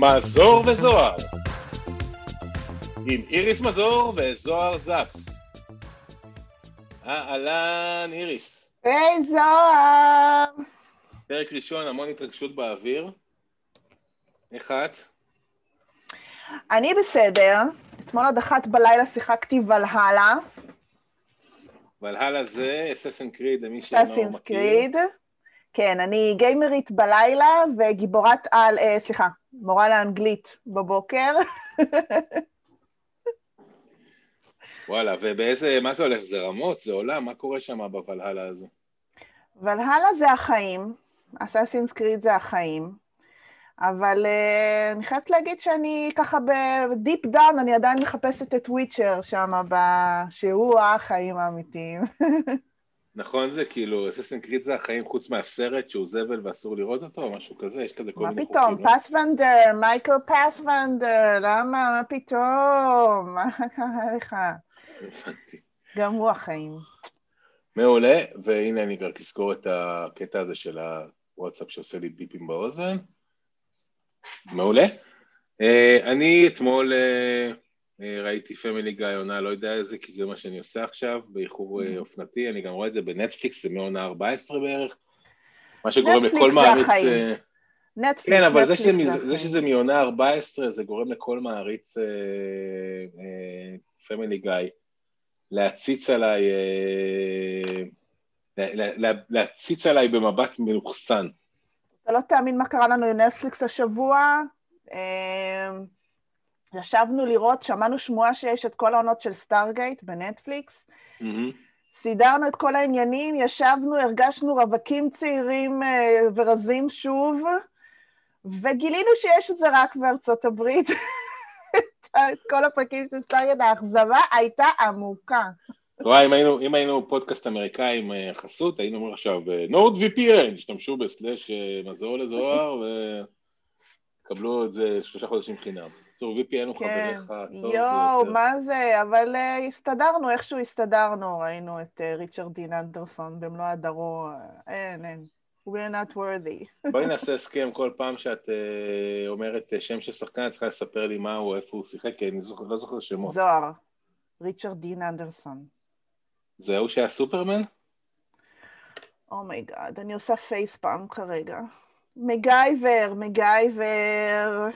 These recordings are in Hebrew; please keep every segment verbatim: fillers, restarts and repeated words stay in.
מזור וזוהר עם איריס מזור וזוהר זפס. אהלן איריס. היי זוהר. פרק ראשון, המון התרגשות באוויר. איך את? אני בסדר. אתמול עד אחת בלילה שיחקתי ולהלה. ולהלה זה אסאסין קריד, למי שאינו מכיר. אסאסין קריד. כן, אני גיימרית בלילה וגיבורת על, אה, סליחה, מורה לאנגלית בבוקר. וואלה, ובאיזה, מה זה הולך? זה רמות? זה עולם? מה קורה שם בוולהלה הזו? ולהלה זה החיים, אסאסינס קריד זה החיים, אבל uh, אני חייבת להגיד שאני ככה בדיפ דאון, אני עדיין מחפשת את וויצ'ר שם, שהוא החיים האמיתיים. נכון, זה כאילו, אסאסין קריד זה החיים חוץ מהסרט שהוא זבל ואסור לראות אותו או משהו כזה? יש כזה כל מיני חוקים. מה פתאום? פסוונדר, מייקל פסוונדר, למה? מה פתאום? מה קרה לך? הבנתי. גם הוא החיים. מעולה, והנה אני רק אזכור את הקטע הזה של הוואטסאפ שעושה לי ביפים באוזן. מעולה. אני אתמול ראיתי פמילי גיא עונה, לא יודע איזה, כי זה מה שאני עושה עכשיו, באיחור אופנתי, אני גם רואה את זה בנטפליקס, זה מעונה ארבע עשרה בערך, מה שגורם לכל מעריץ... נטפליקס, כן, אבל זה שזה, זה שזה מעונה ארבע עשרה, זה גורם לכל מעריץ פמילי גיא, להציץ עליי, להציץ עליי במבט מלוכסן. אתה לא תאמין מה קרה לנו עם נטפליקס השבוע, ישבנו לראות, שמענו שמועה שיש את כל העונות של סטארגייט בנטפליקס, סידרנו את כל העניינים, ישבנו, הרגשנו רווקים צעירים ורזים שוב, וגילינו שיש את זה רק בארצות הברית, את כל הפרקים של סטארגייט, האכזבה הייתה עמוקה. וואי, אם היינו, אם היינו פודקאסט אמריקאי עם חסות, היינו אומרים עכשיו, נורד וי פי אן, השתמשו בסלש מזור לזוהר, וקבלו את זה שלושה חודשים חינם. צור, וי פי אן הוא חבריך טוב. יואו, מה זה? אבל הסתדרנו, איכשהו הסתדרנו, ראינו את ריצ'רד דין אנדרסון במלוא הדרו, אין, אין, we're not worthy. בואי נעשה הסכם כל פעם שאת אומרת שם של שחקן, את צריכה לספר לי מה הוא, איפה הוא שיחק, כי אני לא זוכר שמות. זוהר, ריצ'רד דין אנדרסון. זה הוא שהיה סופרמן? אומייגאד, אני עושה פייספאם כרגע. מגייבר, מגייבר.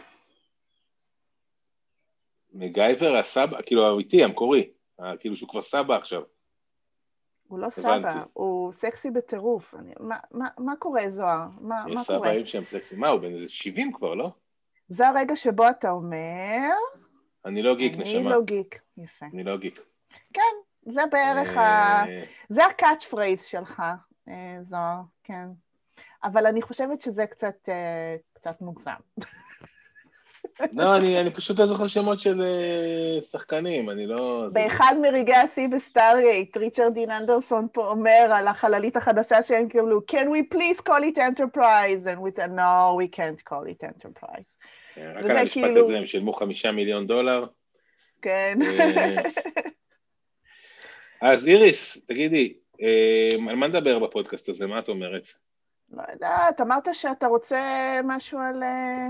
מגייבר הסבא, כאילו האמיתי, המקורי, כאילו שהוא כבר סבא עכשיו. הוא לא סבא, הוא סקסי בטירוף. אני, מה, מה, מה קורה, זוהר? מה, יש מה סבאים שהם סקסי. מה, הוא בן איזה שבעים כבר, לא? זה הרגע שבו אתה אומר... אני לא גיק, אני נשמה. אני לא גיק, יפה. אני לא גיק. כן, זה בערך ה... זה הקאץ' פרייז שלך, זוהר, כן. אבל אני חושבת שזה קצת, קצת מוגזם. לא, אני, אני פשוט לא זוכר שמות של שחקנים, אני לא... באחד מרגעי השיא בסטארגייט, ריצ'רד דין אנדרסון פה אומר על החללית החדשה שהם קיבלו, can we please call it Enterprise? And we said, no, we can't call it Enterprise. רק על המשפט כאילו... הזה הם שילמו חמישה מיליון דולר. כן. אז איריס, תגידי, על מה נדבר בפודקאסט הזה? מה את אומרת? לא יודעת, אמרת שאתה רוצה משהו על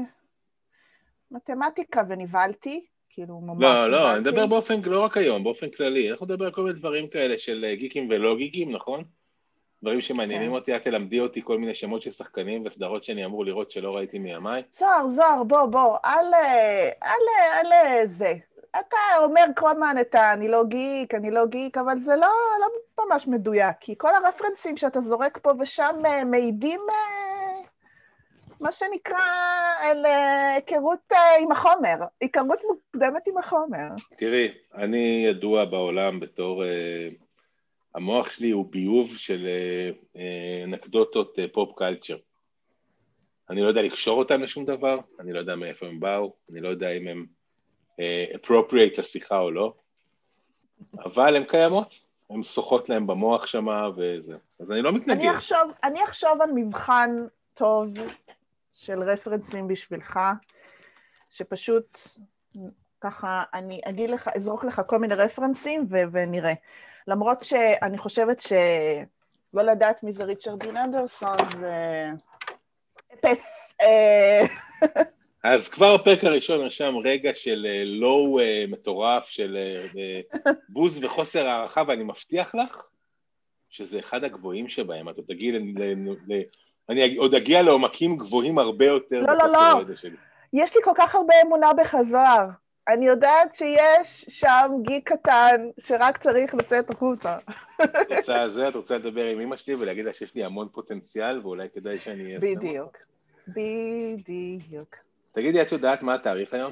מתמטיקה ונבהלתי, כאילו ממש נבהלתי. לא, לא, נדבר באופן, לא רק היום, באופן כללי. אנחנו נדבר על כל מיני דברים כאלה של גיקים ולא גיקים, נכון? דברים שמעניינים אותי, את תלמדי אותי כל מיני שמות של שחקנים וסדרות שאני אמור לראות שלא ראיתי מימיי. זוהר, זוהר, בוא, בוא, אל, אל, אל זה. אתה אומר קרומן את אני לא גיק, אני לא גיק, אבל זה לא, לא ממש מדויק, כי כל הרפרנסים שאתה זורק פה ושם מעידים, מה שנקרא, על היכרות עם החומר, היכרות מוקדמת עם החומר. תראי, אני ידוע בעולם בתור, המוח שלי הוא ביוב של אנקדוטות פופ קלצ'ר. אני לא יודע לקשור אותם לשום דבר, אני לא יודע מאיפה הם באו, אני לא יודע אם הם appropriate לשיחה או לא, אבל הן קיימות, הן שוחות להם במוח שמה וזה, אז אני לא מתנגד. אני אחשוב, אני אחשוב על מבחן טוב של רפרנסים בשבילך, שפשוט ככה, אני אגיד לך, אזרוק לך כל מיני רפרנסים ו- ונראה. למרות שאני חושבת שלא לדעת מי זה ריצ'רד דין אנדרסון, זה אפס, אז כבר הפרק הראשון רשם רגע של לואו מטורף, של בוז וחוסר הערכה, ואני מבטיח לך שזה אחד הגבוהים שבהם. אתה תגיע, אני עוד אגיע לעומקים גבוהים הרבה יותר לא, לא, לא. יש לי כל כך הרבה אמונה בחזר. אני יודעת שיש שם גיק קטן שרק צריך לצאת החוצה. את רוצה זה, את רוצה לדבר עם אמא שלי ולהגיד לה שיש לי המון פוטנציאל, ואולי כדאי שאני אעשה. בדיוק, בדיוק. תגידי, את יודעת מה התאריך היום?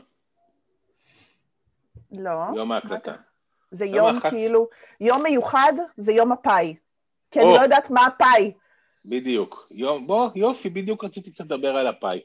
לא. יום ההקלטה. זה יום כאילו, יום מיוחד זה יום הפאי. כי אני לא יודעת מה הפאי. בדיוק. בוא, יופי, בדיוק רציתי קצת לדבר על הפאי.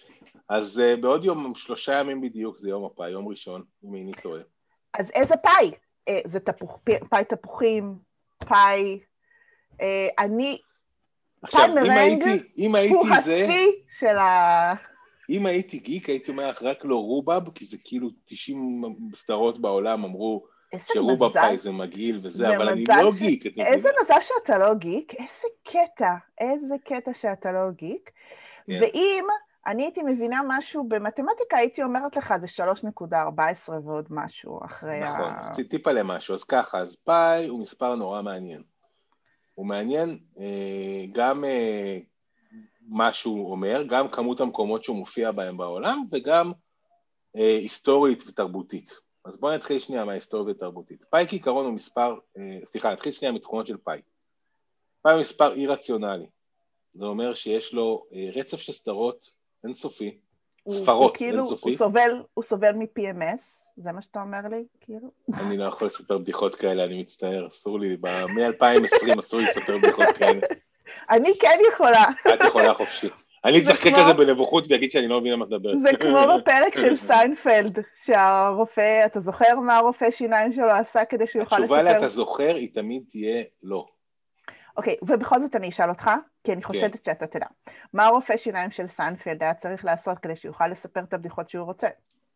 אז uh, בעוד יום, שלושה ימים בדיוק, זה יום הפאי, יום ראשון, אם איני טועה. אז איזה פאי? אה, זה תפוח, פאי תפוחים, פאי, אה, אני, עכשיו, פאי מרנג, אם הייתי, הוא השיא של ה... אם הייתי גיק, הייתי אומר לך רק לא רובב, כי זה כאילו תשעים סדרות בעולם אמרו שרובב פאי זה מגעיל וזה, זה אבל אני לא ש... גיק. איזה מזל שאתה לא גיק, איזה קטע, איזה קטע שאתה לא גיק, כן. ואם... אני הייתי מבינה משהו במתמטיקה, הייתי אומרת לך, זה שלוש נקודה ארבע עשרה ועוד משהו אחרי נכון, ה... נכון, ה... טיפה למשהו, אז ככה, אז פאי הוא מספר נורא מעניין. הוא מעניין אה, גם אה, מה שהוא אומר, גם כמות המקומות שהוא מופיע בהם בעולם, וגם אה, היסטורית ותרבותית. אז בואו נתחיל שנייה מההיסטוריה ותרבותית. פאי כעיקרון הוא מספר, אה, סליחה, נתחיל שנייה מתכונות של פאי. פאי הוא מספר אי-רציונלי. זה אומר שיש לו אה, רצף של סדרות, אינסופי, ספרות, אינסופי. הוא סובל, הוא סובל מ-פי אם אס, זה מה שאתה אומר לי, כאילו? אני לא יכול לספר בדיחות כאלה, אני מצטער, אסור לי, מ-אלפיים ועשרים אסור לי לספר בדיחות כאלה. אני כן יכולה. את יכולה חופשי. אני אצחק כזה בנבוכות ויגיד שאני לא מבינה מה לדבר. זה כמו בפרק של סיינפלד, שהרופא, אתה זוכר מה הרופא שיניים שלו עשה כדי שהוא יוכל לספר? התשובה לה, אתה זוכר, היא תמיד תהיה לא. אוקיי, ובכל זאת אני אשאל אותך, כי אני חושבת שאתה תדע. מה הרופא שיניים של סיינפלד היה צריך לעשות כדי שיוכל לספר את הבדיחות שהוא רוצה?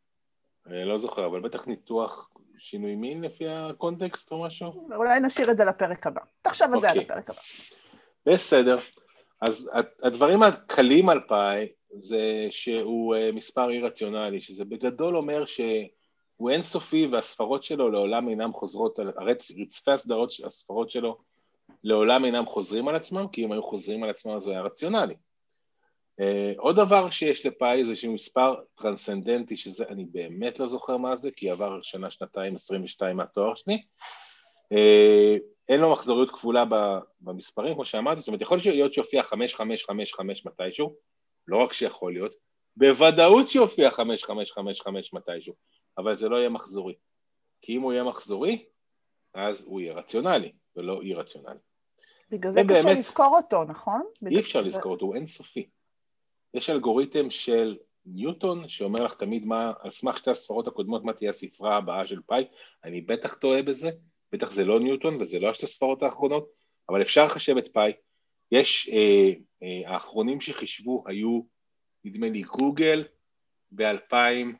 אני לא זוכר, אבל בטח ניתוח שינוי מין לפי הקונטקסט או משהו? אולי נשאיר את זה לפרק הבא. תחשב על זה על הפרק הבא. בסדר. אז הדברים הקלים על פאי זה שהוא מספר אי-רציונלי, שזה בגדול אומר שהוא אינסופי והספרות שלו לעולם אינם חוזרות, רצפי הסדרות, הספרות שלו לעולם אינם חוזרים על עצמם, כי אם היו חוזרים על עצמם זה היה רציונלי. Uh, עוד דבר שיש לפאי זה שהוא מספר טרנסצנדנטי, שזה אני באמת לא זוכר מה זה, כי עבר שנה, שנתיים, עשרים ושתיים מהתואר שני. Uh, אין לו מחזוריות כפולה במספרים, כמו שאמרתי, זאת אומרת, יכול להיות שיופיע חמש, חמש, חמש, חמש מתישהו, לא רק שיכול להיות, בוודאות שיופיע חמש, חמש, חמש, חמש מתישהו, אבל זה לא יהיה מחזורי. כי אם הוא יהיה מחזורי, אז הוא יהיה רציונלי, ולא אי רציונלי. בגלל זה קשה לזכור אותו, נכון? אי אפשר לזכור אותו, הוא אינסופי. יש אלגוריתם של ניוטון, שאומר לך תמיד מה, על סמך שתי הספרות הקודמות, מה תהיה הספרה הבאה של פאי, אני בטח טועה בזה, בטח זה לא ניוטון, וזה לא השתי הספרות האחרונות, אבל אפשר לחשב את פאי. יש, אה, אה, האחרונים שחישבו היו, נדמה לי, גוגל, ב-אלפיים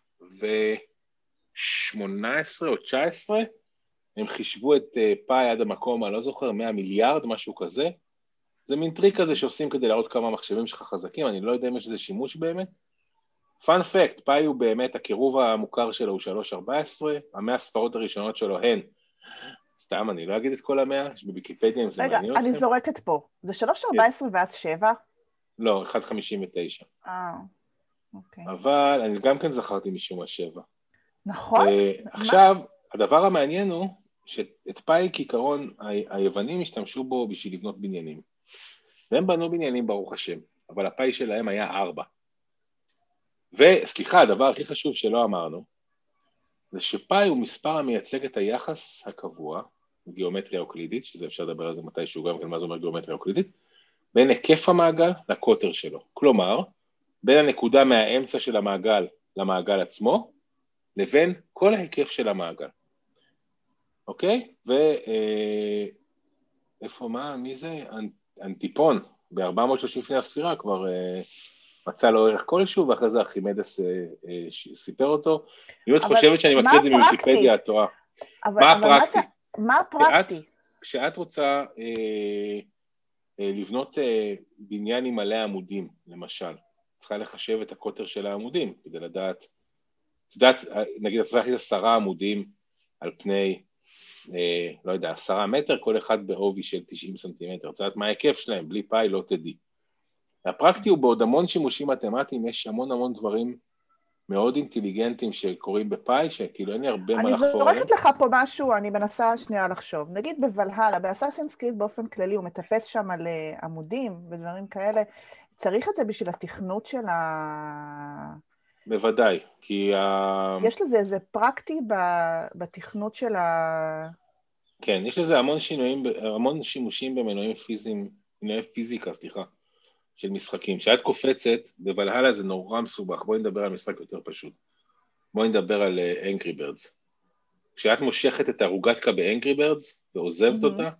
ושמונה עשרה או תשע עשרה, הם חישבו את אה, פאי עד המקום, אני לא זוכר, מאה מיליארד, משהו כזה, זה מין טריק כזה שעושים כדי להראות כמה מחשבים שלך חזקים, אני לא יודע אם יש איזה שימוש באמת. פאנ פקט, פאי הוא באמת, הקירוב המוכר שלו הוא שלוש נקודה ארבע עשרה, המאה הספרות הראשונות שלו הן, סתם, אני לא אגיד את כל המאה, יש בוויקיפדיה אם זה רגע, מעניין אתכם. רגע, אני זורקת פה, זה שלוש נקודה ארבע עשרה ואז שבע? לא, אחת נקודה חמישים ותשע. אה, אוקיי. אבל אני גם כן זכרתי משום השבע. נכון. עכשיו, הדבר המעניין הוא, שאת פאי כעיקרון היוונים השתמשו בו בשביל לבנות בניינים. והם בנו בניינים ברוך השם, אבל הפאי שלהם היה ארבע. וסליחה, הדבר הכי חשוב שלא אמרנו, זה שפאי הוא מספר המייצג את היחס הקבוע, גיאומטריה אוקלידית, שזה אפשר לדבר על זה מתישהו גם כן, מה זה אומר גיאומטריה אוקלידית, בין היקף המעגל לקוטר שלו. כלומר, בין הנקודה מהאמצע של המעגל למעגל עצמו, לבין כל ההיקף של המעגל. אוקיי? ו... איפה, מה, מי זה? אנטיפון, ב-ארבע מאות ושלושים לפני הספירה, כבר מצא לו ערך כלשהו, ואחרי זה ארכימדס סיפר אותו. אם את חושבת שאני מקריא את זה מוויקיפדיה, את טועה. מה הפרקטי? מה הפרקטי? כשאת רוצה לבנות בניין עם מלא עמודים, למשל, צריכה לחשב את הקוטר של העמודים, כדי לדעת, יודעת, נגיד, אתה להכניס עשרה עמודים על פני, אה, לא יודע, עשרה מטר, כל אחד בעובי של תשעים סנטימטר, צריך לדעת מה ההיקף שלהם, בלי פאי לא תדעי. הפרקטי הוא בעוד המון שימושים מתמטיים, יש המון המון דברים מאוד אינטליגנטיים שקורים בפאי, שכאילו אין לי הרבה מה לחפור עליהם. אני זורקת לך פה משהו, אני מנסה שנייה לחשוב. נגיד בוולהלה, באסאסינס קריד באופן כללי, הוא מטפס שם על עמודים ודברים כאלה, צריך את זה בשביל התכנות של ה... בוודאי, כי... יש לזה איזה פרקטי בתכנות של ה... כן, יש לזה המון שינויים, המון שימושים במנועים פיזיים, מנועי פיזיקה, סליחה, של משחקים. כשאת קופצת, בוולהלה זה נורא מסובך, בואי נדבר על משחק יותר פשוט. בואי נדבר על Angry Birds. כשאת מושכת את הרוגטקה ב-Angry Birds ועוזבת אותה,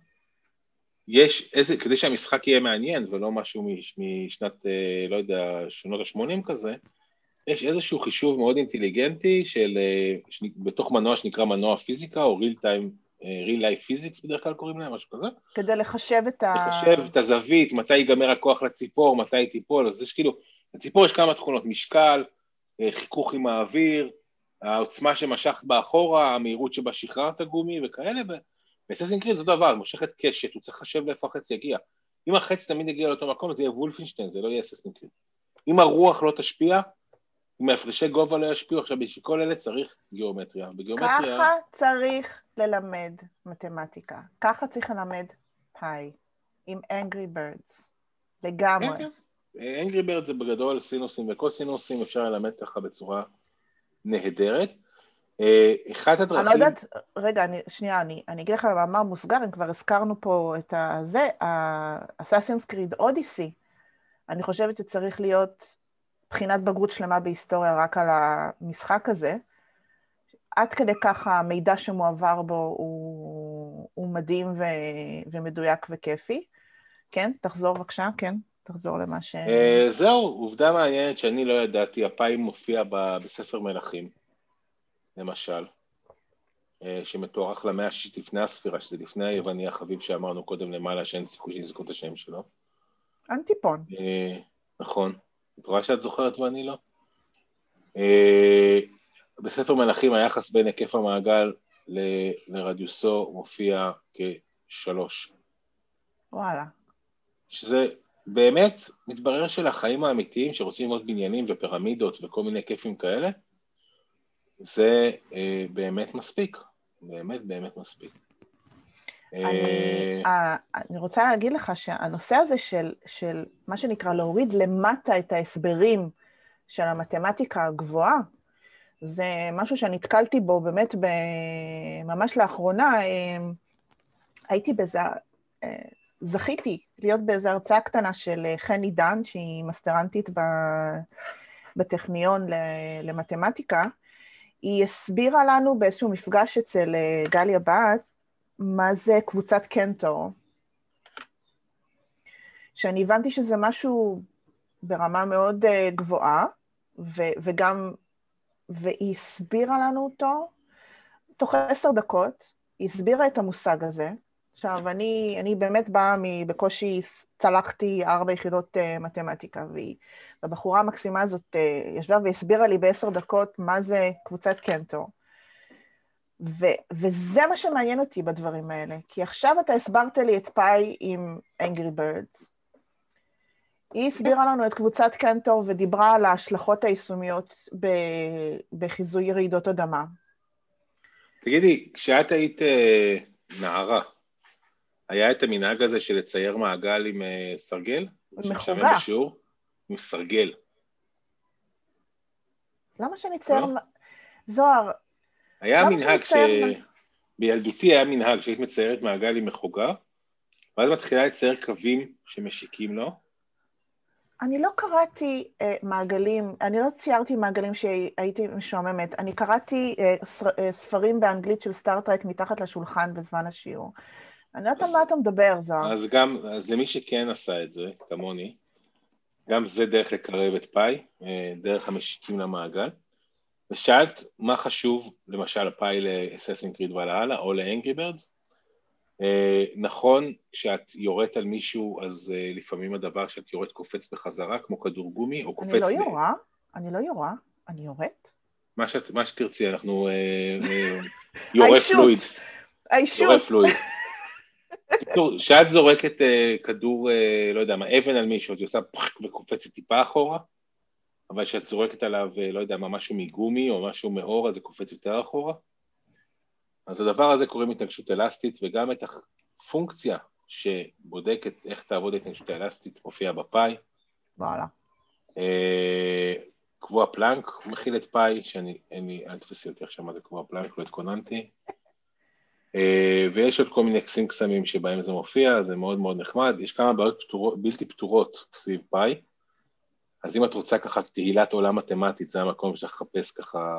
יש איזה, כדי שהמשחק יהיה מעניין ולא משהו משנת, לא יודע, שנות ה-שמונים כזה, יש איזשהו חישוב מאוד אינטליגנטי של, בתוך מנוע שנקרא מנוע פיזיקה, או real time, real life physics בדרך כלל קוראים להם, משהו כזה. כדי לחשב את ה... לחשב את הזווית, מתי ייגמר הכוח לציפור, מתי היא תיפול, אז יש כאילו, לציפור יש כמה תכונות, משקל, חיכוך עם האוויר, העוצמה שמשכת באחורה, המהירות שבה שחררת גומי וכאלה, באסאסינס קריד זה דבר, מושכת קשת, הוא צריך לחשב לאיפה החץ יגיע. אם החץ תמיד יגיע לאותו מקום, זה יהיה וולפנשטיין, זה לא יהיה אסאסינס קריד. אם הרוח לא תשפיע, אם ההפרשי גובה לא ישפיעו, עכשיו בשביל כל אלה צריך גיאומטריה. בגיאומטריה... ככה צריך ללמד מתמטיקה, ככה צריך ללמד פאי, עם Angry Birds, לגמרי. כן, כן. Angry Birds זה בגדול סינוסים וקוסינוסים, אפשר ללמד ככה בצורה נהדרת. אחת הדרכים... אני לא יודעת, רגע, אני, שנייה, אני, אני אגיד לך במאמר מוסגר, אם כבר הזכרנו פה את הזה, Assassin's Creed Odyssey, אני חושבת שצריך להיות בחינת בגרות שלמה בהיסטוריה רק על המשחק הזה, עד כדי ככה המידע שמועבר בו הוא, הוא מדהים ו, ומדויק וכיפי. כן, תחזור בבקשה, כן, תחזור למה ש... זהו, עובדה מעניינת שאני לא ידעתי, הפאי מופיע בספר מלכים, למשל, שמתוארך למאה השישית לפני הספירה, שזה לפני היווני החביב שאמרנו קודם למעלה, שאין סיכוי שנזכור את השם שלו. אנטיפון. נכון, את רואה שאת זוכרת ואני לא? בספר מלכים היחס בין היקף המעגל ל- לרדיוסו מופיע כשלוש. וואלה. שזה באמת מתברר של החיים האמיתיים שרוצים לראות בניינים ופירמידות וכל מיני כיפים כאלה, זה אה, באמת מספיק, באמת באמת מספיק. אני, אה, אני רוצה להגיד לך שהנושא הזה של, של מה שנקרא להוריד למטה את ההסברים של המתמטיקה הגבוהה, זה משהו שנתקלתי בו באמת ממש לאחרונה, הייתי בזה, זכיתי להיות באיזו הרצאה קטנה של חני דן, שהיא מסטרנטית בטכניון למתמטיקה, היא הסבירה לנו באיזשהו מפגש אצל גליה בת, מה זה קבוצת קנטור, שאני הבנתי שזה משהו ברמה מאוד גבוהה, ו- וגם, והיא הסבירה לנו אותו, תוך עשר דקות, היא הסבירה את המושג הזה. עכשיו, אני, אני באמת באה מבקושי, צלחתי ארבע יחידות uh, מתמטיקה, והיא, והבחורה המקסימה הזאת uh, ישבה והסבירה לי בעשר דקות מה זה קבוצת קנטור. ו- וזה מה שמעניין אותי בדברים האלה, כי עכשיו אתה הסברת לי את פאי עם Angry Birds, היא הסבירה לנו את קבוצת קנטור ודיברה על ההשלכות היישומיות בחיזוי רעידות אדמה. תגידי, כשאת היית uh, נערה, היה את המנהג הזה של לצייר מעגל עם uh, סרגל? מחוגה. בשיעור? עם סרגל. למה שנצייר... לא? זוהר, היה מנהג ש... בילדותי היה מנהג שהיית מציירת מעגל עם מחוגה, ואז מתחילה לצייר קווים שמשיקים לו. אני לא קראתי uh, מעגלים, אני לא ציירתי מעגלים שהייתי משועממת, אני קראתי uh, ספר, uh, ספרים באנגלית של סטארטרק מתחת לשולחן בזמן השיעור. אני לא יודעת על מה אתה מדבר, זוהר. אז גם, אז למי שכן עשה את זה, כמוני, גם זה דרך לקרב את פאי, דרך המשיקים למעגל, ושאלת מה חשוב, למשל פאי לאסאסינס קריד ולהלאה, או לאנגרי בירדס, נכון, כשאת יורדת על מישהו, אז לפעמים הדבר שאת יורדת קופץ בחזרה, כמו כדור גומי, או קופץ... אני לא יורה, אני לא יורה, אני יורדת. מה שתרצי, אנחנו יורה פלואיד. הישות. פלואיד. כשאת זורקת כדור, לא יודע מה, אבן על מישהו, אז היא עושה פחק וקופצת טיפה אחורה, אבל כשאת זורקת עליו, לא יודע מה, משהו מגומי או משהו מאור, אז זה קופץ יותר אחורה. אז הדבר הזה קוראים התנגשות אלסטית, וגם את הפונקציה שבודקת איך תעבוד התנגשות אלסטית מופיעה בפאי. וואלה. קבוע פלנק מכיל את פאי, שאני, אין לי, אל תפסי אותי עכשיו מה זה קבוע פלנק, לא התכוננתי. ויש עוד כל מיני קסים קסמים שבהם זה מופיע, זה מאוד מאוד נחמד. יש כמה בעיות פתורות, בלתי פתורות סביב פאי, אז אם את רוצה ככה תהילת עולם מתמטית, זה המקום שצריך לחפש ככה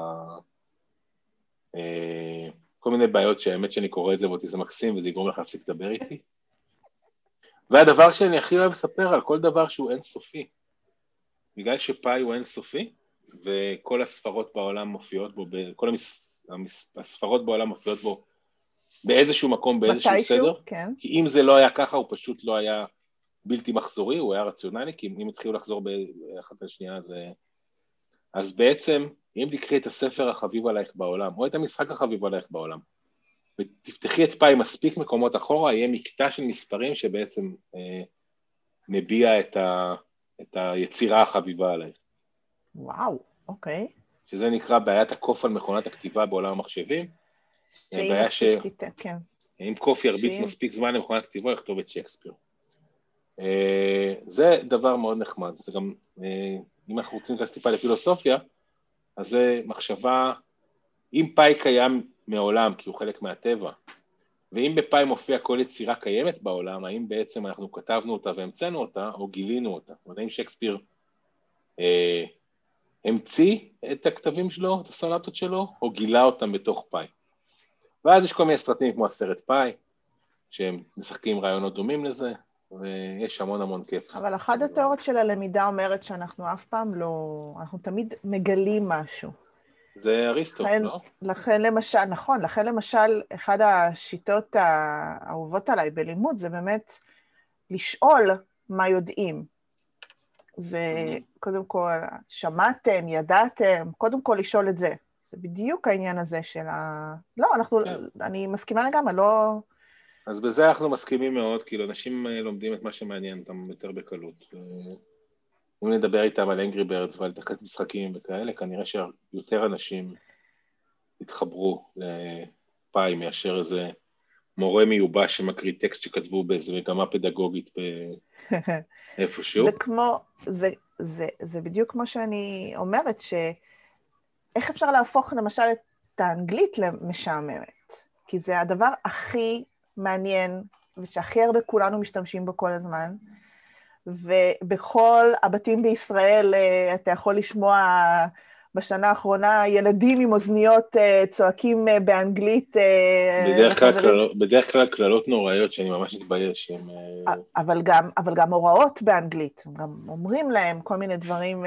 כל מיני בעיות שהאמת שאני קורא את זה ואותי זה מקסים, וזה יגרום לך להפסיק לדבר איתי. והדבר שאני הכי אוהב לספר על כל דבר שהוא אינסופי, בגלל שפאי הוא אינסופי, וכל הספרות בעולם מופיעות בו, כל המס... המס... הספרות בעולם מופיעות בו באיזשהו מקום, באיזשהו סדר, כן. כי אם זה לא היה ככה, הוא פשוט לא היה בלתי מחזורי, הוא היה רציונלי, כי אם התחילו לחזור באחת לשנייה, אז, אז בעצם, אם תקחי את הספר החביב עלייך בעולם, או את המשחק החביב עלייך בעולם, ותפתחי את פאי מספיק מקומות אחורה, יהיה מקטע של מספרים שבעצם אה, מביע את, ה, את היצירה החביבה עלייך. וואו, אוקיי. שזה נקרא בעיית הקוף על מכונת הכתיבה בעולם המחשבים. שהיא מספיק ש... תיתן, כן. אם קוף ירביץ שהיא... מספיק זמן למכונת הכתיבה, יכתוב את שייקספיר. אה, זה דבר מאוד נחמד. זה גם, אה, אם אנחנו רוצים להיכנס טיפה לפילוסופיה, אז זה מחשבה, אם פאי קיים מעולם, כי הוא חלק מהטבע, ואם בפאי מופיע כל יצירה קיימת בעולם, האם בעצם אנחנו כתבנו אותה והמצאנו אותה, או גילינו אותה? זאת אומרת, האם שייקספיר אה, המציא את הכתבים שלו, את הסונטות שלו, או גילה אותם בתוך פאי? ואז יש כל מיני סרטים כמו הסרט פאי, שהם משחקים רעיונות דומים לזה, ויש המון המון כיף. אבל אחת התיאוריות של הלמידה אומרת שאנחנו אף פעם לא, אנחנו תמיד מגלים משהו. זה אריסטו, לכן, לא? לכן למשל, נכון, לכן למשל, אחד השיטות האהובות עליי בלימוד, זה באמת לשאול מה יודעים. וקודם כל, שמעתם, ידעתם, קודם כל לשאול את זה. זה בדיוק העניין הזה של ה... לא, אנחנו, כן. אני מסכימה לגמרי, לא... אז בזה אנחנו מסכימים מאוד, כאילו אנשים לומדים את מה שמעניין אותם יותר בקלות. אם נדבר איתם על Angry Birds ועל תחת משחקים וכאלה, כנראה שיותר אנשים התחברו לפאי מאשר איזה מורה מיובש שמקריא טקסט שכתבו באיזה מגמה פדגוגית איפשהו. זה כמו, זה, זה, זה בדיוק כמו שאני אומרת, שאיך אפשר להפוך למשל את האנגלית למשעממת? כי זה הדבר הכי מעניין, ושהכי הרבה כולנו משתמשים בו כל הזמן, ובכל הבתים בישראל אתה יכול לשמוע בשנה האחרונה ילדים עם אוזניות צועקים באנגלית. בדרך כלל, בדרך כלל כללות נוראיות שאני ממש מתבייש. אבל גם, אבל גם הוראות באנגלית, גם אומרים להם כל מיני דברים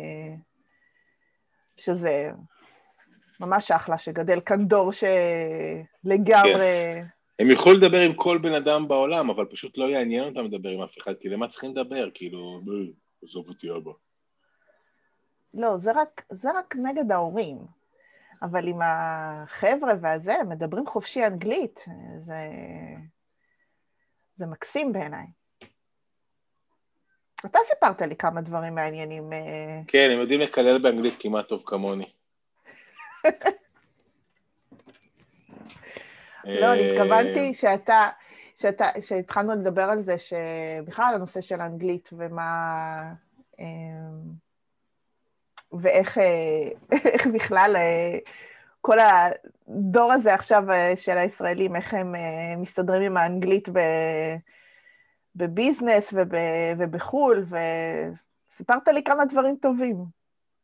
שזה ממש אחלה, שגדל כאן דור שלגמרי... הם יכולו לדבר עם כל בן אדם בעולם, אבל פשוט לא יעניין אותם לדבר עם אף אחד, כי למה צריכים לדבר? כאילו, עזוב אותי אבא. לא, זה רק, זה רק נגד ההורים. אבל עם החבר'ה והזה, מדברים חופשי אנגלית, זה, זה מקסים בעיניי. אתה סיפרת לי כמה דברים מעניינים. כן, הם יודעים לקלל באנגלית כמעט טוב כמוני. לא, אני התכוונתי שאתה, שאתה, שהתחלנו לדבר על זה, שבכלל הנושא של האנגלית ומה, ואיך איך בכלל כל הדור הזה עכשיו של הישראלים, איך הם מסתדרים עם האנגלית בביזנס ובחול, וסיפרת לי כמה דברים טובים.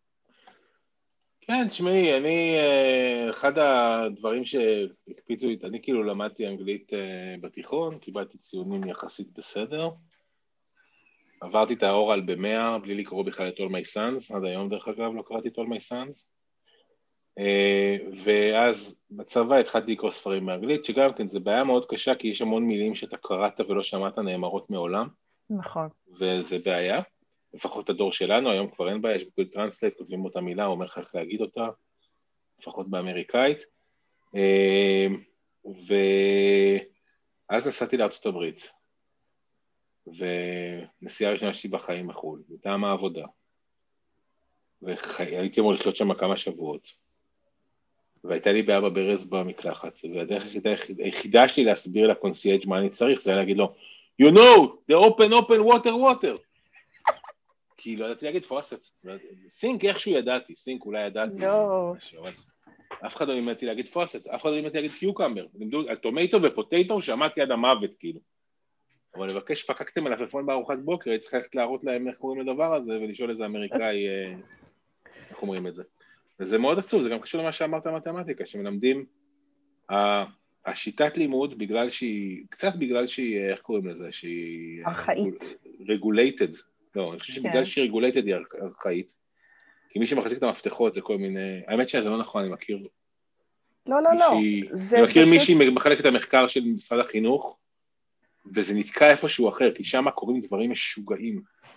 כן, תשמעי, אני, אחד הדברים שהקפיצו לי, אני כאילו למדתי אנגלית בתיכון, קיבלתי ציונים יחסית בסדר, עברתי את האורל במאה, בלי לקרוא בכלל את All My Sons, עד היום דרך אגב לא קראתי את All My Sons, ואז בצבא התחלתי לקרוא ספרים באנגלית, שגם כן זה בעיה מאוד קשה, כי יש המון מילים שאתה קראת ולא שמעת נאמרות מעולם. נכון. וזה בעיה, לפחות הדור שלנו, היום כבר אין בעיה, יש בגלל טרנסלייט, כותבים אותה מילה, אומר לך איך להגיד אותה, לפחות באמריקאית. ואז נסעתי לארצות הברית, ונסיעה ראשונה שלי בחיים מחול, מטעם העבודה, והייתי אמור לחיות שם כמה שבועות, והייתה לי בעיה בברז במקלחת, והדרך היחידה שלי להסביר לקונסייג' מה אני צריך, זה היה להגיד לו, you know, the open, open, water, water. כי לא ידעתי להגיד פוסט. סינק איכשהו ידעתי, סינק אולי ידעתי. לא. אף אחד לא לימדתי להגיד פוסט, אף אחד לא לימדתי להגיד קיוקמבר. לימדו על טומטו ופוטטו, שמעתי עד המוות כאילו. אבל לבקש, פקקתם על הפלאפון בארוחת בוקר, הייתי צריך ללכת להראות להם איך קוראים לדבר הזה, ולשאול איזה אמריקאי, איך אומרים את זה. וזה מאוד עצוב, זה גם קשור למה שאמרת המתמטיקה, שמלמדים, השיטת לימוד, בגלל שהיא, קצת בגלל שהיא, איך קוראים לזה, שהיא... ארכאית. רגולייטד. לא, אני חושב שבגלל שהיא רגולייטד היא ארכאית, כי מי שמחזיק את המפתחות זה כל מיני... האמת שזה לא נכון, אני מכיר... לא, לא, לא. אני מכיר מישהי מחלקת המחקר של משרד החינוך, וזה נתקע איפשהו אחר, כי שם קוראים דברים משוגעים.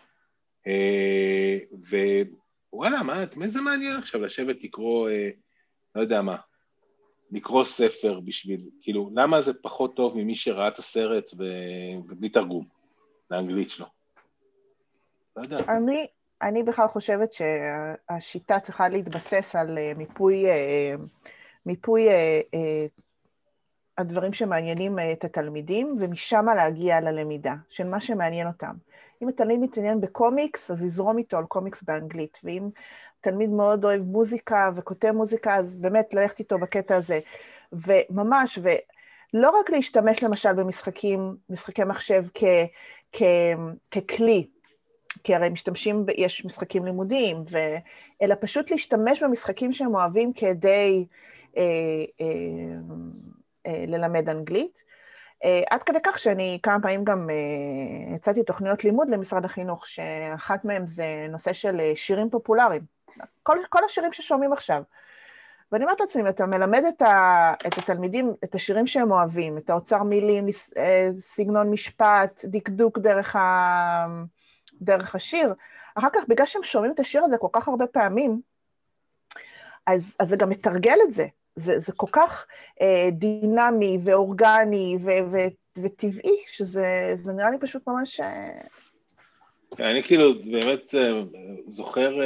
ווואלה, מה זה מעניין עכשיו לשבת לקרוא, לא יודע מה, לקרוא ספר בשביל, כאילו, למה זה פחות טוב ממי שראה את הסרט ובלי תרגום לאנגלית שלו? לא יודע. אני, אני בכלל חושבת שהשיטה צריכה להתבסס על מיפוי, מיפוי הדברים שמעניינים את התלמידים, ומשם להגיע ללמידה, של מה שמעניין אותם. אם התלמיד מתעניין בקומיקס, אז יזרום איתו על קומיקס באנגלית, ואם תלמיד מאוד אוהב מוזיקה וכותב מוזיקה, אז באמת ללכת איתו בקטע הזה. וממש, ולא רק להשתמש למשל במשחקים, משחקי מחשב כ, כ, ככלי, כי הרי משתמשים, יש משחקים לימודיים, ו... אלא פשוט להשתמש במשחקים שהם אוהבים כדי אה, אה, אה, ללמד אנגלית. אה, עד כדי כך שאני כמה פעמים גם אה, הצעתי תוכניות לימוד למשרד החינוך, שאחת מהם זה נושא של שירים פופולריים. כל, כל השירים ששומעים עכשיו. ואני אומרת לעצמי, אתה מלמד את, ה, את התלמידים, את השירים שהם אוהבים, את האוצר מילים, סגנון משפט, דקדוק דרך ה... דרך השיר, אחר כך בגלל שהם שומעים את השיר הזה כל כך הרבה פעמים, אז, אז זה גם מתרגל את זה, זה, זה כל כך אה, דינמי ואורגני ו, ו, וטבעי, שזה זה נראה לי פשוט ממש... אני כאילו באמת זוכר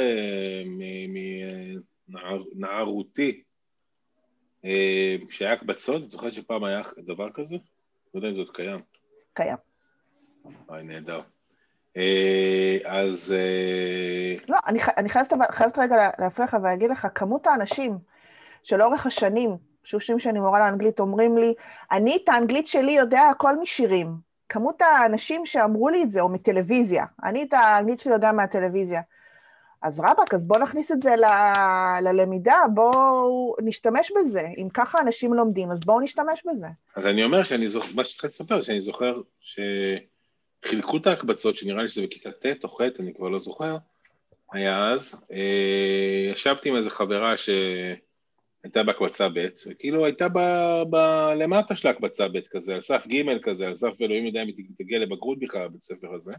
מנערותי, כשהיה הקבצות, את זוכרת שפעם היה דבר כזה? לא יודע אם זה עוד קיים. קיים. אוי, נהדר. אז... לא, אני, אני חייבת, חייבת רגע להפריע לך ולהגיד לך, כמות האנשים שלאורך השנים, שושים שאני מורה לאנגלית, אומרים לי, אני את האנגלית שלי יודע הכל משירים. כמות האנשים שאמרו לי את זה, או מטלוויזיה, אני את האנגלית שלי יודע מהטלוויזיה. אז רבק, אז בוא נכניס את זה ל- ללמידה, בואו נשתמש בזה. אם ככה אנשים לומדים, אז בואו נשתמש בזה. אז אני אומר שאני זוכר, מה שתחלתי לספר, שאני זוכר ש... חילקו את ההקבצות, שנראה לי שזה בכיתה ט' או ח', אני כבר לא זוכר, היה אז, אה, ישבתי עם איזו חברה שהייתה בהקבצה ב', וכאילו הייתה ב, ב, למטה של ההקבצה ב' כזה, על סף ג' כזה, על סף אלוהים יודע אם היא תגיע לבגרות בכלל בבית ספר הזה,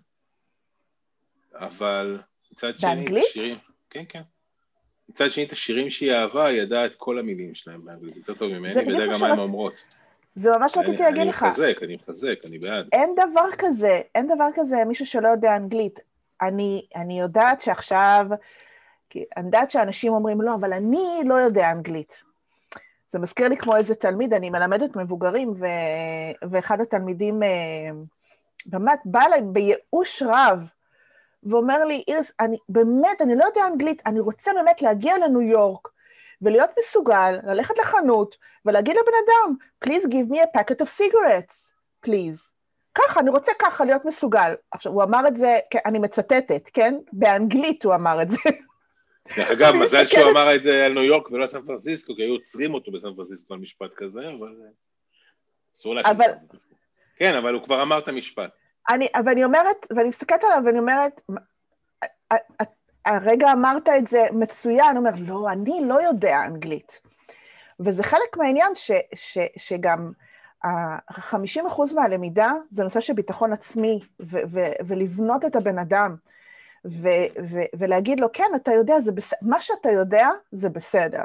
אבל מצד שני, באנגלית? השירים, כן, כן, מצד שני את השירים שהיא אהבה, היא ידעה את כל המילים שלהם באנגלית, יותר טוב ממני, וידעה גם מה הן אומרות. זה ממש רציתי להגיד לך. אני מחזק, אני מחזק, אני בעד. אין דבר כזה, אין דבר כזה, מישהו שלא יודע אנגלית. אני, אני יודעת שעכשיו, אני יודעת שאנשים אומרים, לא, אבל אני לא יודע אנגלית. זה מזכיר לי כמו איזה תלמיד, אני מלמדת מבוגרים, ו, ואחד התלמידים באמת בא אליי בייאוש רב, ואומר לי, איריס, אני, באמת, אני לא יודע אנגלית, אני רוצה באמת להגיע לניו יורק, ולהיות מסוגל, ללכת לחנות, ולהגיד לבן אדם, please give me a packet of cigarettes, please. ככה, אני רוצה ככה להיות מסוגל. עכשיו, הוא אמר את זה, אני מצטטת, כן? באנגלית הוא אמר את זה. דרך אגב, מזל שהוא אמר את זה על ניו יורק ולא סן פרנסיסקו, כי היו עוצרים אותו בסן פרנסיסקו על משפט כזה, אבל אסור להשאיר סן פרנסיסקו. כן, אבל הוא כבר אמר את המשפט. אני, אבל אני אומרת, ואני מסתכלת עליו ואני אומרת, הרגע אמרת את זה מצוין, הוא אומר, לא, אני לא יודע אנגלית. וזה חלק מהעניין ש, ש, שגם ה-חמישים אחוז מהלמידה זה נושא של ביטחון עצמי, ו, ו, ולבנות את הבן אדם, ו, ו, ולהגיד לו, כן, אתה יודע, זה בס... מה שאתה יודע זה בסדר.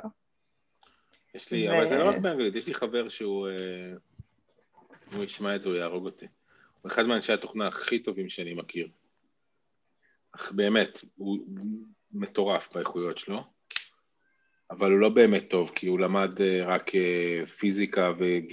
יש לי, ו... אבל זה לא רק באנגלית, יש לי חבר שהוא, הוא ישמע את זה, הוא יהרוג אותי. הוא אחד מאנשי התוכנה הכי טובים שאני מכיר. אך באמת, הוא מטורף באיכויות שלו, אבל הוא לא באמת טוב, כי הוא למד רק פיזיקה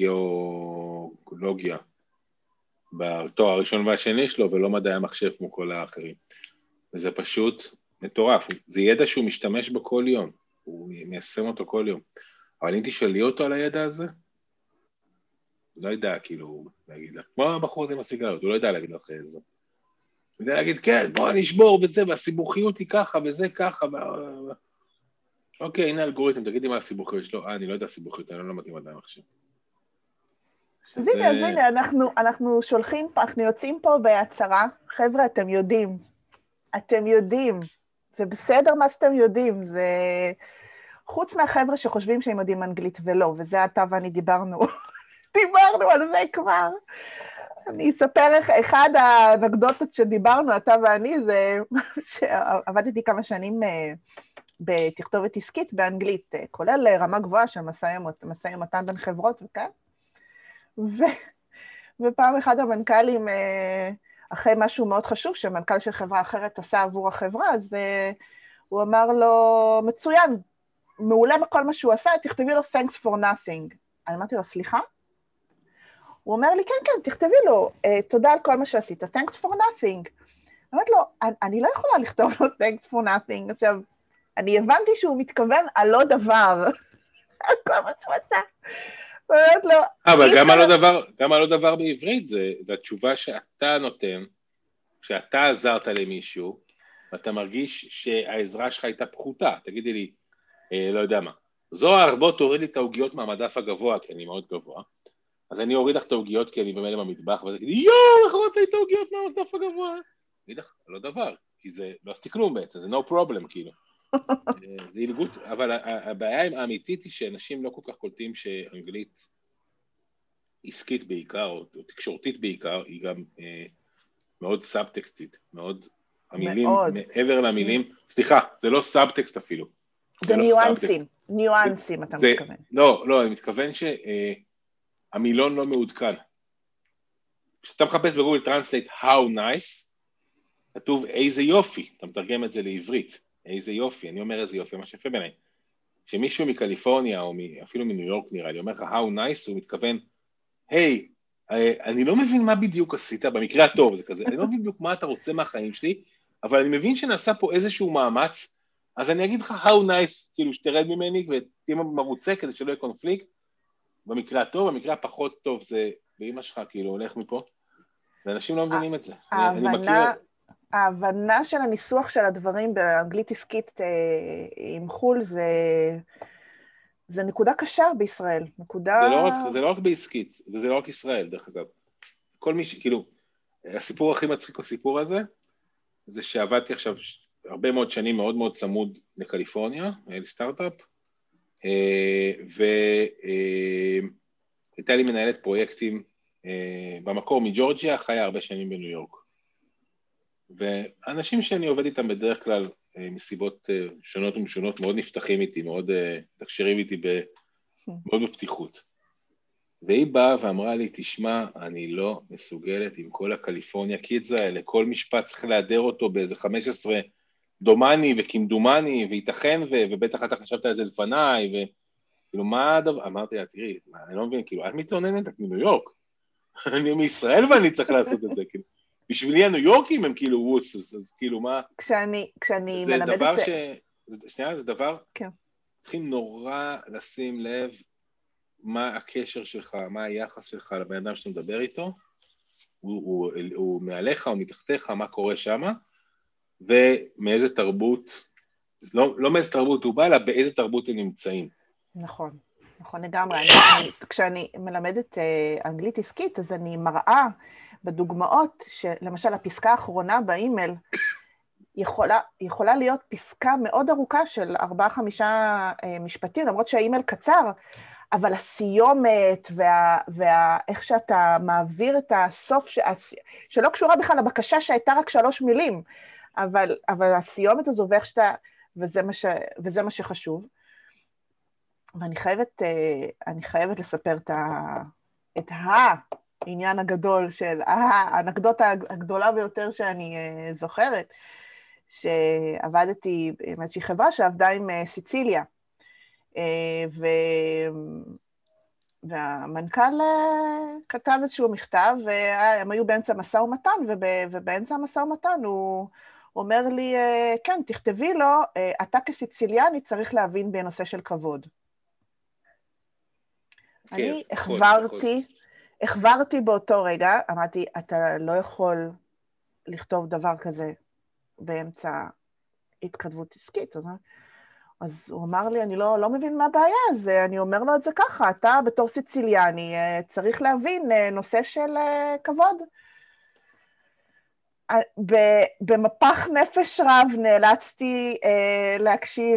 וגיאולוגיה בתואר הראשון והשני שלו, ולא מדעי המחשב כמו כל האחרים. וזה פשוט מטורף. זה ידע שהוא משתמש בו כל יום, הוא מיישם אותו כל יום. אבל אם תשאלי אותו על הידע הזה, לא יודע, כאילו, להגיד לך, כמו הבחור הזה עם הסיגריות, הוא לא יודע להגיד לך איזה. הוא יודע להגיד, כן, בוא נשבור בזה, והסיבוכיות היא ככה, וזה ככה, ו... אוקיי, הנה אלגוריתם, תגידי מה הסיבוכיות שלו. אה, אני לא יודע הסיבוכיות, אני לא למדתי מדעי מחשב. אז הנה, אז הנה, אנחנו, אנחנו שולחים פה, אנחנו יוצאים פה בהצהרה, חבר'ה, אתם יודעים, אתם יודעים, זה בסדר מה שאתם יודעים, זה... חוץ מהחבר'ה שחושבים שהם יודעים אנגלית ולא, וזה אתה ואני דיברנו, דיברנו על זה כבר. אני אספר לך, אחד האנקדוטות שדיברנו, אתה ואני, זה שעבדתי כמה שנים בתכתובת עסקית באנגלית, כולל רמה גבוהה של משא ומתן בין חברות וכאן. ו... ופעם אחד המנכ"לים, אחרי משהו מאוד חשוב, שמנכ"ל של חברה אחרת עשה עבור החברה, אז הוא אמר לו, מצוין, מעולה בכל מה שהוא עשה, תכתבי לו thanks for nothing. אני אמרתי לו, סליחה? הוא אומר לי, כן, כן, תכתבי לו, תודה על כל מה שעשית, thanks for nothing. אמרתי לו, אני לא יכולה לכתוב לו thanks for nothing. עכשיו, אני הבנתי שהוא מתכוון על לא דבר, על כל מה שהוא עשה. אומרת לו, אבל גם על לא דבר, גם על לא דבר בעברית, זה התשובה שאתה נותן, שאתה עזרת למישהו, ואתה מרגיש שהעזרה שלך הייתה פחותה, תגידי לי, לא יודע מה, זוהר, בוא תוריד לי את העוגיות מהמדף הגבוה, כי אני מאוד גבוה, אז אני אוריד לך את העוגיות כי אני במילא במטבח, ואז תגידי, יואו, איך הורדת לי את העוגיות מהמדף הגבוה? אני אגיד לך, לא דבר, כי זה לא עשיתי כלום בעצם, זה no problem, כאילו. זה הילגות, אבל הבעיה האמיתית היא שאנשים לא כל כך קולטים שאנגלית עסקית בעיקר, או תקשורתית בעיקר, היא גם מאוד סאבטקסטית, מאוד, המילים, מעבר למילים, סליחה, זה לא סאבטקסט אפילו. זה ניואנסים, ניואנסים אתה מתכוון. לא, לא, אני מתכוון שהמילון לא מעודכן. כשאתה מחפש בגוגל טרנסלייט how nice, כתוב איזה יופי, אתה מתרגם את זה לעברית, איזה יופי, אני אומר איזה יופי, מה שיפה בעיניי. כשמישהו מקליפורניה, או אפילו מניו יורק נראה לי, אומר לך how nice, הוא מתכוון, היי, אני לא מבין מה בדיוק עשית, במקרה הטוב זה כזה, אני לא מבין בדיוק מה אתה רוצה מהחיים שלי, אבל אני מבין שנעשה פה איזשהו מאמץ, אז אני אגיד לך how nice, כאילו שתרד ממני ותהיה מרוצה כדי שלא יהיה קונפליקט, במקרה הטוב, במקרה הפחות טוב זה, באמא שלך כאילו הולך מפה, ואנשים לא מבינים את זה. ההבנה, ההבנה של הניסוח של הדברים באנגלית עסקית עם חול זה, זה נקודה קשה בישראל, נקודה... זה לא רק, זה לא רק בעסקית, וזה לא רק ישראל דרך אגב. כל מי ש... כאילו, הסיפור הכי מצחיק בסיפור הזה, זה שעבדתי עכשיו הרבה מאוד שנים מאוד מאוד צמוד לקליפורניה, לסטארט-אפ, והייתה לי מנהלת פרויקטים במקור מג'ורג'יה, חיה הרבה שנים בניו יורק. ואנשים שאני עובד איתם בדרך כלל מסיבות שונות ומשונות, מאוד נפתחים איתי, מאוד תקשרים איתי מאוד בפתיחות. והיא באה ואמרה לי, תשמע, אני לא מסוגלת עם כל הקליפורניה קידס האלה, כל משפט צריך להדר אותו באיזה חמש עשרה דומני וכמדומני, וייתכן, ובטח אתה חשבת על זה לפניי, וכאילו, מה הדבר? אמרתי לה, תראי, אני לא מבין, כאילו, את מתלוננת, את מניו יורק. אני מישראל ואני צריך לעשות את זה, כאילו. בשבילי הניו יורקים הם כאילו ווס, אז, אז כאילו מה... כשאני, כשאני זה מלמדת... דבר ש... שנייה, זה דבר... כן. צריכים נורא לשים לב מה הקשר שלך, מה היחס שלך לבן אדם שאתה מדבר איתו, הוא, הוא, הוא מעליך או מתחתיך, מה קורה שם, ומאיזה תרבות, לא, לא מאיזה תרבות הוא בא, אלא באיזה תרבות הם נמצאים. נכון, נכון לגמרי. אני, אני, כשאני מלמדת uh, אנגלית עסקית, אז אני מראה בדוגמאות, שלמשל הפסקה האחרונה באימייל, יכולה, יכולה להיות פסקה מאוד ארוכה של ארבעה, חמישה אה, משפטים, למרות שהאימייל קצר, אבל הסיומת וה, וה, איך שאתה מעביר את הסוף, ש, שלא קשורה בכלל לבקשה שהייתה רק שלוש מילים, אבל, אבל הסיומת הזו ואיך שאתה, וזה מה, ש, וזה מה שחשוב. ואני חייבת, אני חייבת לספר את, ה, את העניין הגדול של, האנקדוטה הגדולה ביותר שאני זוכרת, שעבדתי עם איזושהי חברה שעבדה עם סיציליה, ו... והמנכ"ל כתב איזשהו מכתב, והם היו באמצע משא ומתן, וב... ובאמצע המשא ומתן הוא אומר לי, כן, תכתבי לו, אתה כסיציליאני צריך להבין בנושא של כבוד. כן, אני החברתי, החברתי באותו רגע, אמרתי, אתה לא יכול לכתוב דבר כזה באמצע התכתבות עסקית, אז... אז הוא אמר לי, אני לא, לא מבין מה הבעיה, אז אני אומר לו את זה ככה, אתה בתור סיציליאני צריך להבין נושא של כבוד. במפח נפש רב נאלצתי להקשיב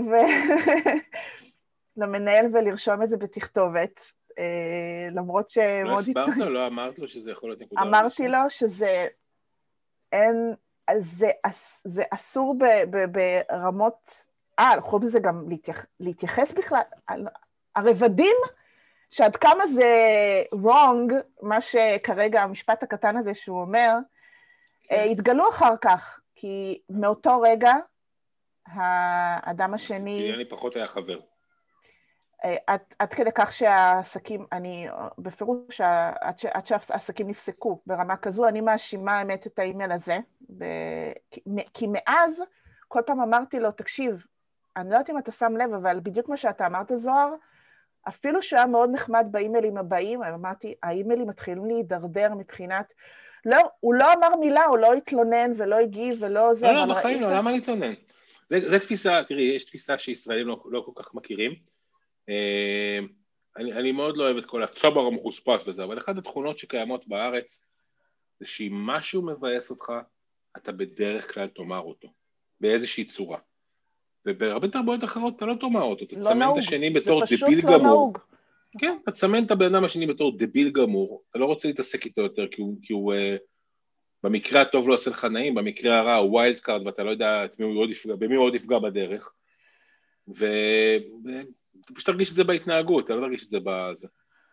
למנהל ולרשום את זה בתכתובת, למרות ש... לא הסברת לו, לא אמרת לו שזה יכול להיות נקודה רגישה? אמרתי לו שזה אין, זה, זה אסור ב, ב, ברמות... אה, חוץ מזה גם להתייח, להתייחס בכלל, הרבדים, שעד כמה זה wrong, מה שכרגע המשפט הקטן הזה שהוא אומר, כן. התגלו אחר כך, כי מאותו רגע, האדם השני... סיציליאני פחות היה חבר. עד, עד כדי כך שהעסקים, אני בפירוש, עד, ש, עד שהעסקים נפסקו ברמה כזו, אני מאשימה האמת את האימייל הזה, ב, כי, כי מאז כל פעם אמרתי לו, תקשיב, אני לא יודעת אם אתה שם לב, אבל בדיוק מה שאתה אמרת, זוהר, אפילו שהיה מאוד נחמד באימיילים הבאים, אמרתי, האימיילים מתחילים להידרדר מבחינת, לא, הוא לא אמר מילה, הוא לא התלונן ולא הגיב ולא זה. לא, לא, בחיים לא, למה להתלונן? זה, זה תפיסה, תראי, יש תפיסה שישראלים לא, לא כל כך מכירים. אני, אני מאוד לא אוהב את כל הצבר המחוספס בזה, אבל אחת התכונות שקיימות בארץ, זה שאם משהו מבאס אותך, אתה בדרך כלל תאמר אותו, באיזושהי צורה. וברבה תרבויות אחרות אתה לא תאמר אותו, אתה תסמן את השני בתור דביל גמור. כן, אתה תסמן את הבן אדם השני בתור דביל גמור, אתה לא רוצה להתעסק איתו יותר, כי הוא, כי הוא במקרה הטוב לא עושה לך נעים, במקרה הרע הוא ווילד קארד, ואתה לא יודע במי הוא עוד יפגע בדרך, ואתה פשוט תרגיש את זה בהתנהגות, אתה לא תרגיש את זה בזה.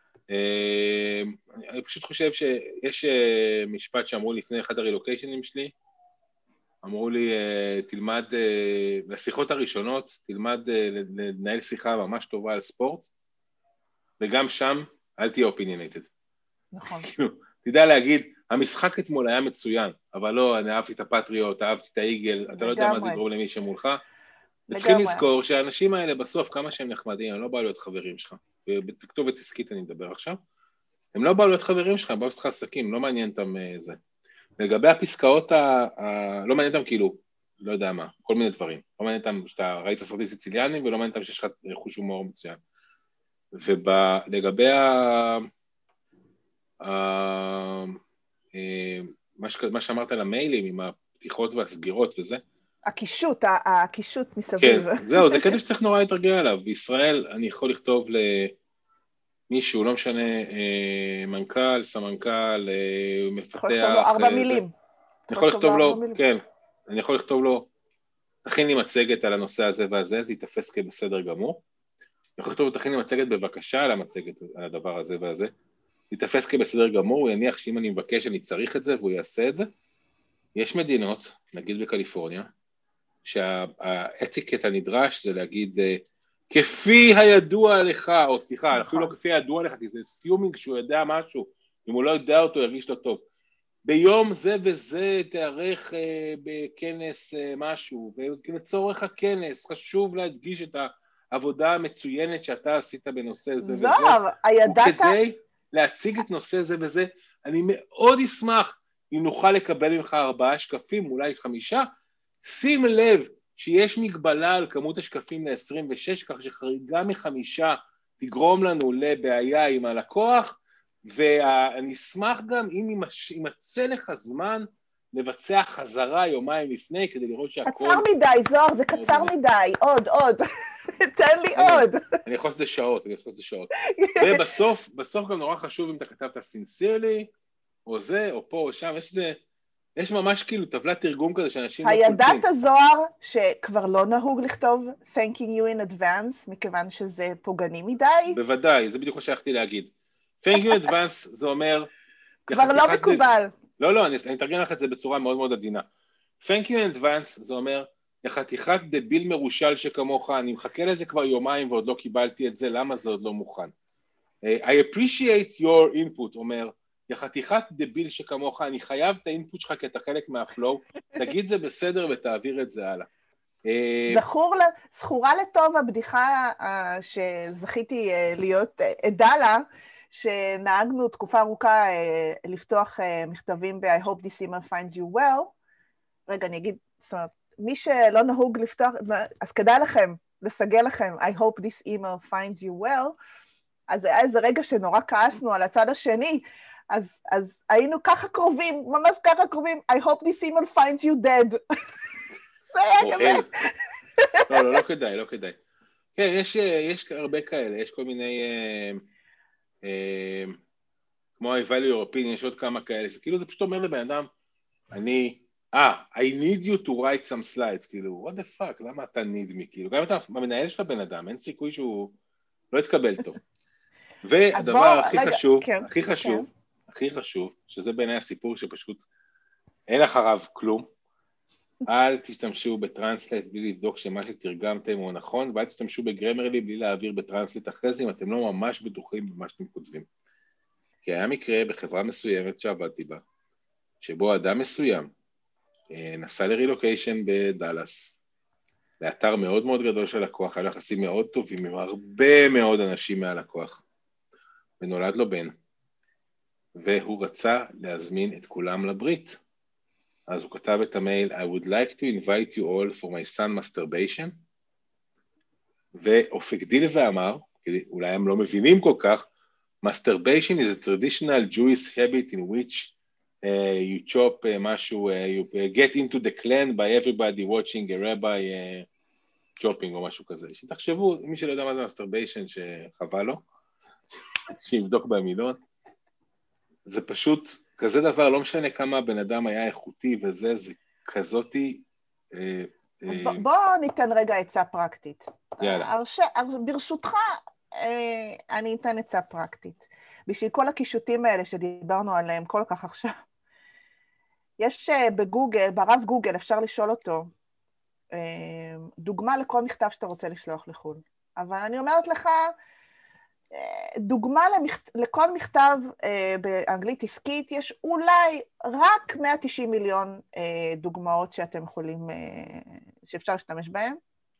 אני פשוט חושב שיש משפט שאמרו לפני אחד הרילוקיישנים שלי, אמרו לי, תלמד, לשיחות הראשונות, תלמד לנהל שיחה ממש טובה על ספורט, וגם שם, אל תהיה אופיניונטד. נכון. תדע להגיד, המשחק אתמול היה מצוין, אבל לא, אני אהבתי את הפטריוט, אהבתי את האיגל, אתה לא יודע מה זה יגרום למי שמולך. וצריכים לזכור שהאנשים האלה בסוף, כמה שהם נחמדים, הם לא באו להיות חברים שלך. בכתובת עסקית אני מדבר עכשיו. הם לא באו להיות חברים שלך, הם באו לעשות עסקים, לא מעניין אותם זה. לגבי הפסקאות, ה... לא מעניין אותם כאילו, לא יודע מה, כל מיני דברים. לא מעניין אותם שאתה ראית סרטים סיציליאנים, ולא מעניין אותם שיש לך חוש הומור מצוין. ולגבי ה... מה שאמרת על המיילים, עם הפתיחות והסגירות וזה. הקישוט, הקישוט מסביב. כן, זהו, זה קטע שצריך נורא להתרגל עליו. בישראל אני יכול לכתוב למישהו, לא משנה, מנכ"ל, סמנכ"ל, מפתח. יכול לכתוב לו ארבע מילים. אני יכול לכתוב לו, כן, אני יכול לכתוב לו, תכין לי מצגת על הנושא הזה והזה, זה יתפס כבסדר גמור. אני יכול לכתוב לו, תכין לי מצגת בבקשה על המצגת, על הדבר הזה והזה. יתפס כבסדר גמור, הוא יניח שאם אני מבקש אני צריך את זה, והוא יעשה את זה. יש מדינות, נגיד בקליפורניה, שהאתיקט הנדרש זה להגיד, כפי הידוע לך, או סליחה, אפילו לא כפי הידוע לך, כי זה סיומינג שהוא יודע משהו, אם הוא לא יודע אותו, ירגיש לו טוב. ביום זה וזה תארך בכנס משהו, ולצורך הכנס חשוב להדגיש את העבודה המצוינת שאתה עשית בנושא זה וזה. זוהר, הידעת... וכדי להציג את נושא זה וזה, אני מאוד אשמח אם נוכל לקבל ממך ארבעה שקפים, אולי חמישה, שים לב שיש מגבלה על כמות השקפים ל-עשרים ושש, כך שחריגה מחמישה תגרום לנו לבעיה עם הלקוח, ואני אשמח גם אם יימצא לך זמן לבצע חזרה יומיים לפני, כדי לראות שהכל... קצר מדי, זוהר, זה קצר מדי, עוד, עוד. תן לי עוד. אני יכול לעשות את זה שעות, אני יכול לעשות את זה שעות. ובסוף, בסוף גם נורא חשוב אם אתה כתבת sincerely, או זה, או פה, או שם, יש זה... יש ממש כאילו טבלת תרגום כזה שאנשים לא קולטים. הידעת זוהר שכבר לא נהוג לכתוב thanking you in advance, מכיוון שזה פוגעני מדי? בוודאי, זה בדיוק מה שהלכתי להגיד. thank you in advance זה אומר... כבר לא מקובל. לא, לא, אני, אני אתרגם לך את זה בצורה מאוד מאוד עדינה. thank you in advance זה אומר, לחתיכת דביל מרושל שכמוך, אני מחכה לזה כבר יומיים ועוד לא קיבלתי את זה, למה זה עוד לא מוכן? I appreciate your input, אומר, לחתיכת דביל שכמוך, אני חייב את האינפוט שלך כי אתה חלק מהפלואו, תגיד זה בסדר ותעביר את זה הלאה. זכור, זכורה לטוב הבדיחה שזכיתי להיות עדה לה, שנהגנו תקופה ארוכה לפתוח מכתבים ב-I hope this email finds you well. רגע, אני אגיד, זאת אומרת, מי שלא נהוג לפתוח, אז כדאי לכם, לסגל לכם, I hope this email finds you well, אז היה איזה רגע שנורא כעסנו על הצד השני, אז, אז היינו ככה קרובים, ממש ככה קרובים, I hope this email finds you dead. זה היה כזה. לא, לא, לא כדאי, לא כדאי. כן, יש, יש הרבה כאלה, יש כל מיני, אה, אה, כמו ה-value European, יש עוד כמה כאלה, זה כאילו זה פשוט אומר לבן אדם, אני, אה, I need you to write some slides, כאילו, what the fuck, למה אתה need me, כאילו, גם אתה המנהל של הבן אדם, אין סיכוי שהוא לא יתקבל טוב. והדבר הכי חשוב, הכי חשוב, הכי חשוב, שזה בעיניי הסיפור שפשוט אין אחריו כלום, אל תשתמשו בטרנסלייט בלי לבדוק שמה שתרגמתם הוא נכון, ואל תשתמשו בגרמרלי בלי להעביר בטרנסלייט אחרי זה, אם אתם לא ממש בטוחים במה שאתם כותבים. כי היה מקרה בחברה מסוימת שעבדתי בה, שבו אדם מסוים נסע לרילוקיישן בדלס, לאתר מאוד מאוד גדול של לקוח, היה יחסים מאוד טובים, עם הרבה מאוד אנשים מהלקוח, ונולד לו בן, והוא רצה להזמין את כולם לברית. אז הוא כתב את המייל, I would like to invite you all for my son masturbation, והגדיל ואמר, אולי הם לא מבינים כל כך, masturbation is a traditional Jewish habit in which uh, you chop uh, משהו, uh, you get into the clan by everybody watching a rabbi uh, chopping או משהו כזה. שתחשבו, מי שלא יודע מה זה masturbation שחווה לו, שיבדוק במילון, זה פשוט כזה דבר, לא משנה כמה הבן אדם היה איכותי וזה, זה כזאתי... אה, אז אה... בוא ניתן רגע עצה פרקטית. יאללה. הרש... ברשותך, אה, אני אתן עצה פרקטית. בשביל כל הקישוטים האלה שדיברנו עליהם כל כך עכשיו, יש בגוגל, ברב גוגל, אפשר לשאול אותו, אה, דוגמה לכל מכתב שאתה רוצה לשלוח לחו"ל. אבל אני אומרת לך, דוגמה למכת... לכל מכתב אה, באנגלית עסקית, יש אולי רק מאה ותשעים מיליון אה, דוגמאות שאתם יכולים, אה, שאפשר להשתמש בהן.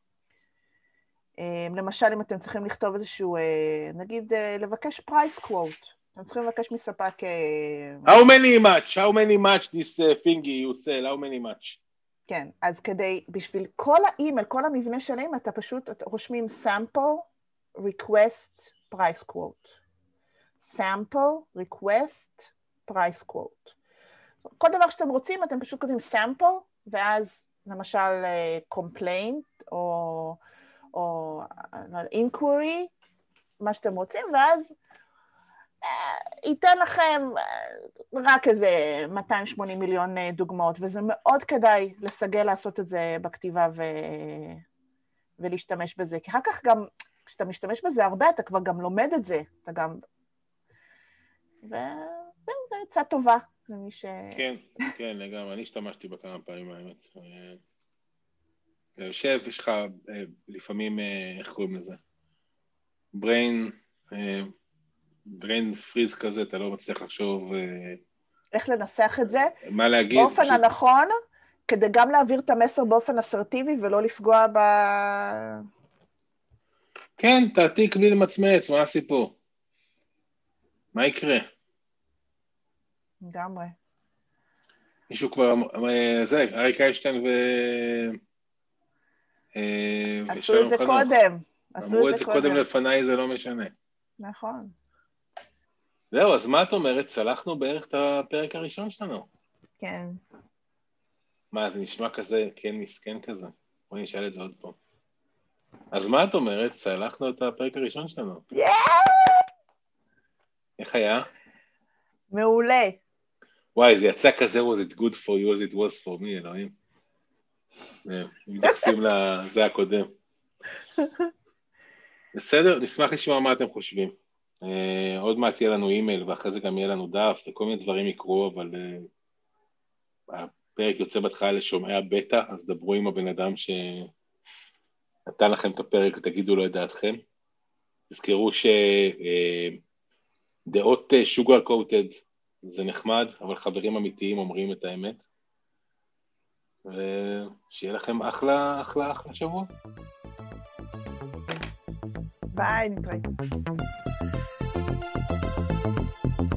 אה, למשל, אם אתם צריכים לכתוב איזשהו, אה, נגיד, אה, לבקש price quote, אתם צריכים לבקש מספק... אה... How many much? How many much this uh, thingy you sell? How many much? כן, אז כדי, בשביל כל האימייל, כל המבנה שלהם, אתה פשוט אתה רושמים sample, request, price quote. sample, request, price quote. כל דבר שאתם רוצים, אתם פשוט כותבים sample, ואז למשל complaint, או, או inquiry, מה שאתם רוצים, ואז ייתן לכם רק איזה מאתיים ושמונים מיליון דוגמאות, וזה מאוד כדאי לסגל לעשות את זה בכתיבה ו... ולהשתמש בזה, כי אחר כך גם, כשאתה משתמש בזה הרבה, אתה כבר גם לומד את זה, אתה גם... וזו עצה טובה, למי ש... כן, כן, לגמרי, אני השתמשתי בה כמה פעמים, האמת. זה יושב, יש לך לפעמים, איך קוראים לזה? brain, brain freeze כזה, אתה לא מצליח לחשוב... איך לנסח את זה? מה להגיד? באופן הנכון, כדי גם להעביר את המסר באופן אסרטיבי, ולא לפגוע ב... כן, תעתיק בלי למצמץ, מה הסיפור? מה יקרה? לגמרי. מישהו כבר, זה, אריק איינשטיין ו... עשו את זה קודם. אמרו את זה קודם לפניי, זה לא משנה. נכון. זהו, אז מה את אומרת? צלחנו בערך את הפרק הראשון שלנו. כן. מה, זה נשמע כזה, כן מסכן כזה? בואי נשאל את זה עוד פעם. אז מה את אומרת? צלחנו את הפרק הראשון שלנו. יאיי! איך היה? מעולה. וואי, זה יצא כזה, was it good for you as it was for me, אלוהים. מתייחסים לזה הקודם. בסדר, נשמח לשמוע מה אתם חושבים. Uh, עוד מעט יהיה לנו אימייל, ואחרי זה גם יהיה לנו דף, וכל מיני דברים יקרו, אבל uh, הפרק יוצא בהתחלה לשומעי הבטא, אז דברו עם הבן אדם שנתן לכם את הפרק ותגידו לו את דעתכם. תזכרו שדעות uh, sugar coated זה נחמד, אבל חברים אמיתיים אומרים את האמת. ושיהיה לכם אחלה, אחלה, אחלה שבוע. ביי, נתראה.